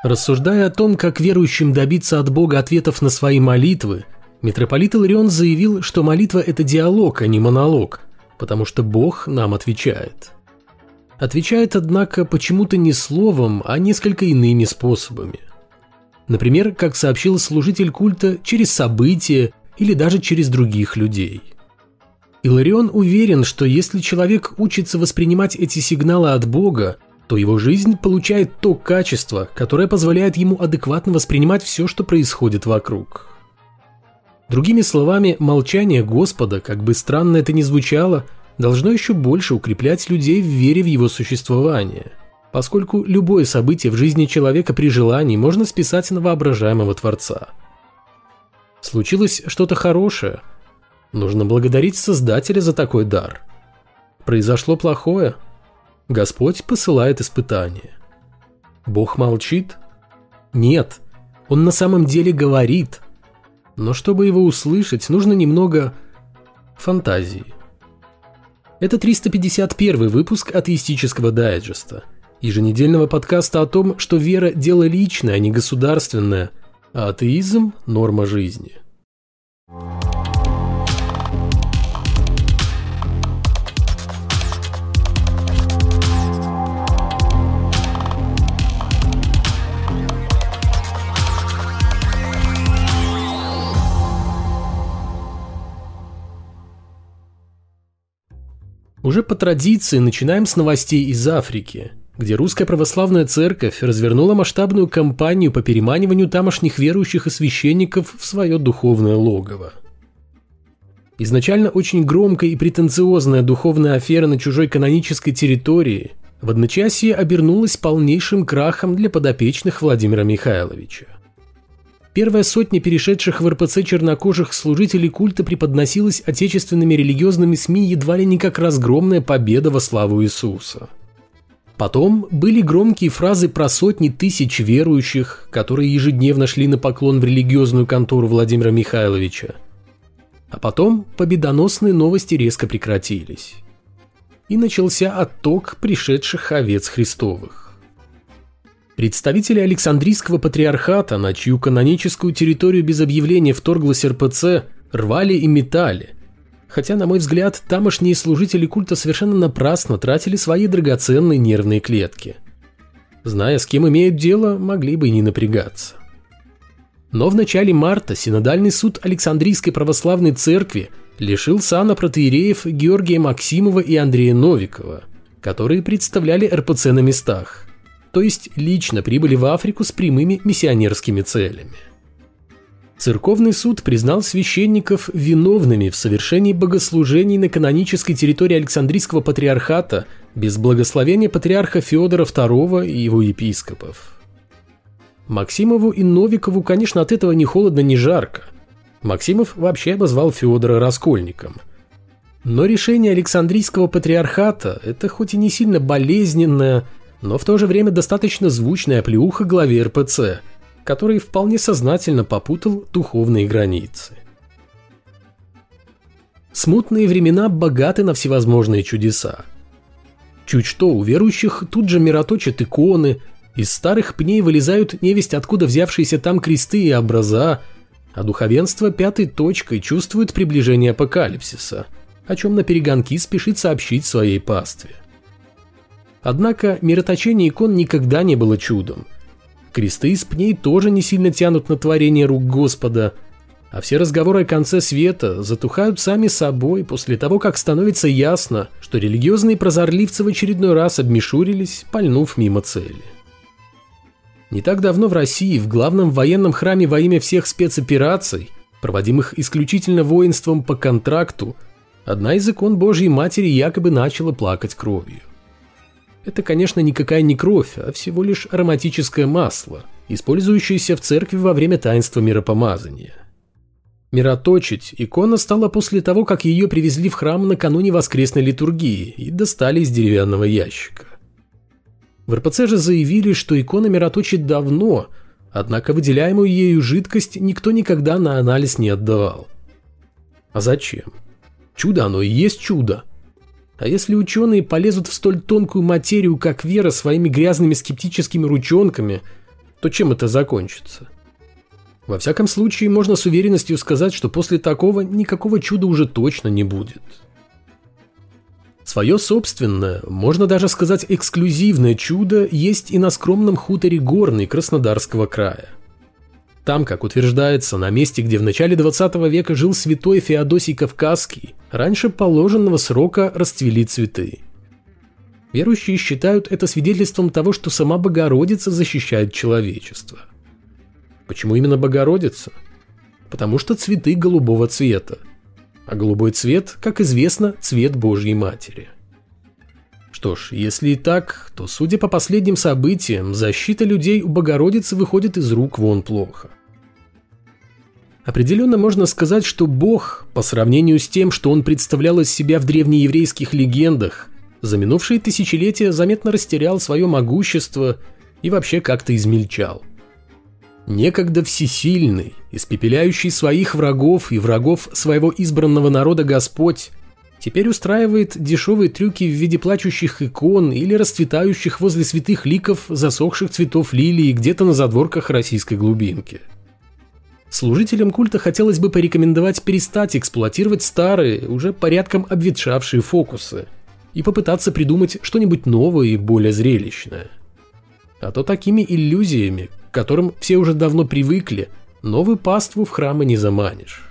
Рассуждая о том, как верующим добиться от Бога ответов на свои молитвы, митрополит Иларион заявил, что молитва – это диалог, а не монолог, потому что Бог нам отвечает. Отвечает, однако, почему-то не словом, а несколько иными способами. Например, как сообщил служитель культа, через события или даже через других людей. Иларион уверен, что если человек учится воспринимать эти сигналы от Бога, то его жизнь получает то качество, которое позволяет ему адекватно воспринимать все, что происходит вокруг. Другими словами, молчание Господа, как бы странно это ни звучало, должно еще больше укреплять людей в вере в его существование, поскольку любое событие в жизни человека при желании можно списать на воображаемого Творца. Случилось что-то хорошее, нужно благодарить Создателя за такой дар. Произошло плохое, Господь посылает испытания. Бог молчит? Нет, Он на самом деле говорит. Но чтобы его услышать, нужно немного фантазии. Это 351 выпуск атеистического дайджеста, еженедельного подкаста о том, что вера – дело личное, а не государственное, а атеизм – норма жизни. Уже по традиции начинаем с новостей из Африки, где Русская Православная Церковь развернула масштабную кампанию по переманиванию тамошних верующих и священников в свое духовное логово. Изначально очень громкая и претенциозная духовная афера на чужой канонической территории в одночасье обернулась полнейшим крахом для подопечных Владимира Михайловича. Первая сотня перешедших в РПЦ чернокожих служителей культа преподносилась отечественными религиозными СМИ едва ли не как разгромная победа во славу Иисуса. Потом были громкие фразы про сотни тысяч верующих, которые ежедневно шли на поклон в религиозную контору Владимира Михайловича. А потом победоносные новости резко прекратились. И начался отток пришедших овец Христовых. Представители Александрийского патриархата, на чью каноническую территорию без объявления вторглась РПЦ, рвали и метали. Хотя, на мой взгляд, тамошние служители культа совершенно напрасно тратили свои драгоценные нервные клетки. Зная, с кем имеют дело, могли бы и не напрягаться. Но в начале марта Синодальный суд Александрийской православной церкви лишил сана протоиереев Георгия Максимова и Андрея Новикова, которые представляли РПЦ на местах. То есть лично прибыли в Африку с прямыми миссионерскими целями. Церковный суд признал священников виновными в совершении богослужений на канонической территории Александрийского патриархата без благословения патриарха Феодора II и его епископов. Максимову и Новикову, конечно, от этого ни холодно, ни жарко. Максимов вообще обозвал Феодора раскольником. Но решение Александрийского патриархата – это хоть и не сильно болезненное, но в то же время достаточно звучная оплеуха главе РПЦ, который вполне сознательно попутал духовные границы. Смутные времена богаты на всевозможные чудеса. Чуть что, у верующих тут же мироточат иконы, из старых пней вылезают невесть откуда взявшиеся там кресты и образа, а духовенство пятой точкой чувствует приближение апокалипсиса, о чем наперегонки спешит сообщить своей пастве. Однако мироточение икон никогда не было чудом. Кресты из пней тоже не сильно тянут на творение рук Господа, а все разговоры о конце света затухают сами собой после того, как становится ясно, что религиозные прозорливцы в очередной раз обмешурились, пальнув мимо цели. Не так давно в России в главном военном храме во имя всех спецопераций, проводимых исключительно воинством по контракту, одна из икон Божьей Матери якобы начала плакать кровью. Это, конечно, никакая не кровь, а всего лишь ароматическое масло, использующееся в церкви во время таинства миропомазания. Мироточить икона стала после того, как ее привезли в храм накануне воскресной литургии и достали из деревянного ящика. В РПЦ же заявили, что икона мироточит давно, однако выделяемую ею жидкость никто никогда на анализ не отдавал. А зачем? Чудо оно и есть чудо. А если ученые полезут в столь тонкую материю, как вера, своими грязными скептическими ручонками, то чем это закончится? Во всяком случае, можно с уверенностью сказать, что после такого никакого чуда уже точно не будет. Свое собственное, можно даже сказать эксклюзивное чудо есть и на скромном хуторе Горный Краснодарского края. Там, как утверждается, на месте, где в начале 20 века жил святой Феодосий Кавказский, раньше положенного срока расцвели цветы. Верующие считают это свидетельством того, что сама Богородица защищает человечество. Почему именно Богородица? Потому что цветы голубого цвета. А голубой цвет, как известно, цвет Божьей Матери. Что ж, если и так, то, судя по последним событиям, защита людей у Богородицы выходит из рук вон плохо. Определенно можно сказать, что Бог, по сравнению с тем, что Он представлял из себя в древнееврейских легендах, за минувшие тысячелетия заметно растерял свое могущество и вообще как-то измельчал. Некогда всесильный, испепеляющий своих врагов и врагов своего избранного народа Господь, теперь устраивает дешевые трюки в виде плачущих икон или расцветающих возле святых ликов засохших цветов лилии где-то на задворках российской глубинки. Служителям культа хотелось бы порекомендовать перестать эксплуатировать старые, уже порядком обветшавшие фокусы и попытаться придумать что-нибудь новое и более зрелищное. А то такими иллюзиями, к которым все уже давно привыкли, новую паству в храмы не заманишь.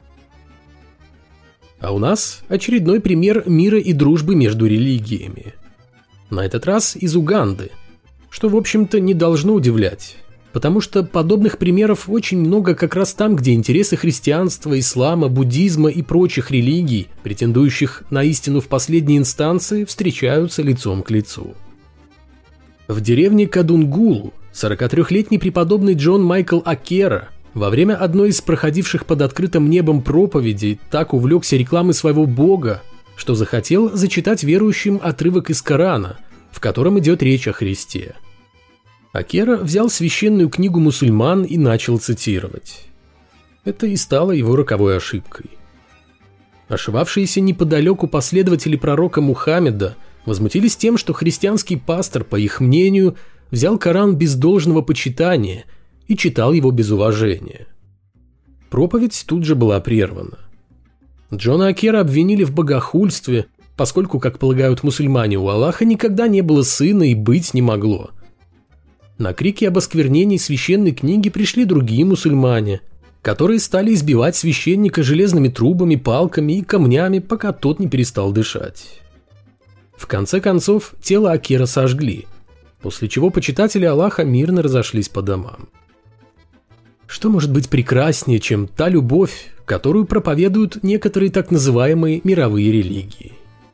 А у нас очередной пример мира и дружбы между религиями. На этот раз из Уганды, что, в общем-то, не должно удивлять, потому что подобных примеров очень много как раз там, где интересы христианства, ислама, буддизма и прочих религий, претендующих на истину в последней инстанции, встречаются лицом к лицу. В деревне Кадунгулу 43-летний преподобный Джон Майкл Акера во время одной из проходивших под открытым небом проповедей так увлекся рекламой своего бога, что захотел зачитать верующим отрывок из Корана, в котором идет речь о Христе. Акера взял священную книгу мусульман и начал цитировать. Это и стало его роковой ошибкой. Ошивавшиеся неподалеку последователи пророка Мухаммеда возмутились тем, что христианский пастор, по их мнению, взял Коран без должного почитания и читал его без уважения. Проповедь тут же была прервана. Джона Акера обвинили в богохульстве, поскольку, как полагают мусульмане, у Аллаха никогда не было сына и быть не могло. На крики об осквернении священной книги пришли другие мусульмане, которые стали избивать священника железными трубами, палками и камнями, пока тот не перестал дышать. В конце концов, тело Акера сожгли, после чего почитатели Аллаха мирно разошлись по домам. Что может быть прекраснее, чем та любовь, которую проповедуют некоторые так называемые мировые религии?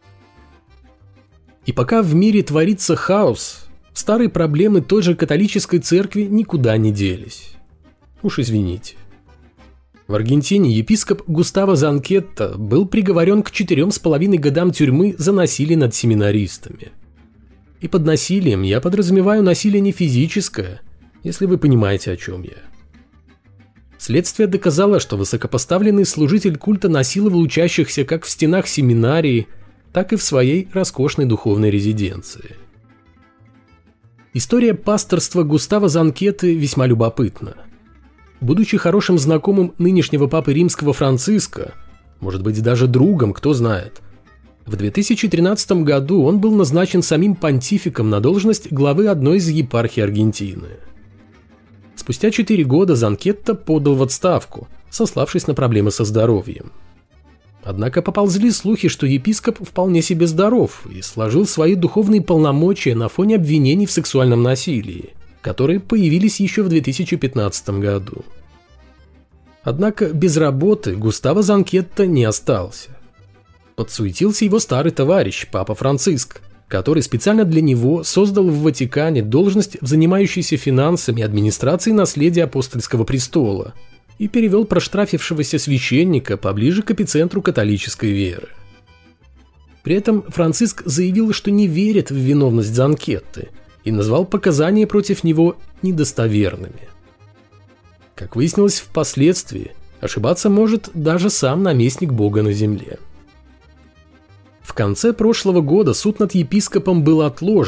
И пока в мире творится хаос, старые проблемы той же католической церкви никуда не делись. Уж извините. В Аргентине епископ Густаво Занкетто был приговорен к 4,5 годам тюрьмы за насилие над семинаристами. И под насилием я подразумеваю насилие не физическое, если вы понимаете, о чем я. Следствие доказало, что высокопоставленный служитель культа насиловал учащихся как в стенах семинарии, так и в своей роскошной духовной резиденции. История пасторства Густаво Занкетты весьма любопытна. Будучи хорошим знакомым нынешнего папы римского Франциска, может быть даже другом, кто знает, в 2013 году он был назначен самим понтификом на должность главы одной из епархий Аргентины. Спустя 4 года Занкетто подал в отставку, сославшись на проблемы со здоровьем. Однако поползли слухи, что епископ вполне себе здоров и сложил свои духовные полномочия на фоне обвинений в сексуальном насилии, которые появились еще в 2015 году. Однако без работы Густаво Занкетто не остался. Подсуетился его старый товарищ, папа Франциск, который специально для него создал в Ватикане должность, занимающуюся финансами и администрацией наследия апостольского престола, и перевел проштрафившегося священника поближе к эпицентру католической веры. При этом Франциск заявил, что не верит в виновность Занкетты и назвал показания против него недостоверными. Как выяснилось впоследствии, ошибаться может даже сам наместник Бога на земле. В конце прошлого года суд над епископом был отложен,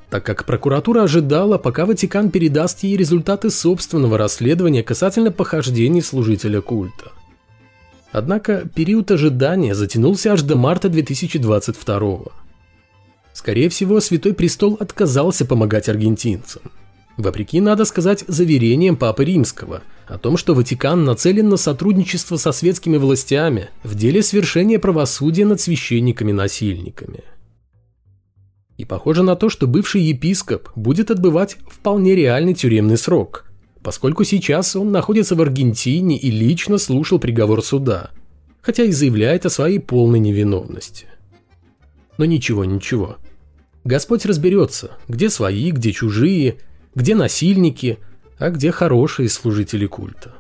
так как прокуратура ожидала, пока Ватикан передаст ей результаты собственного расследования касательно похождений служителя культа. Однако период ожидания затянулся аж до марта 2022. Скорее всего, Святой Престол отказался помогать аргентинцам. Вопреки, надо сказать, заверениям Папы Римского о том, что Ватикан нацелен на сотрудничество со светскими властями в деле свершения правосудия над священниками-насильниками. И похоже на то, что бывший епископ будет отбывать вполне реальный тюремный срок, поскольку сейчас он находится в Аргентине и лично слушал приговор суда, хотя и заявляет о своей полной невиновности. Но ничего. Господь разберется, где свои, где чужие, где насильники, а где хорошие служители культа.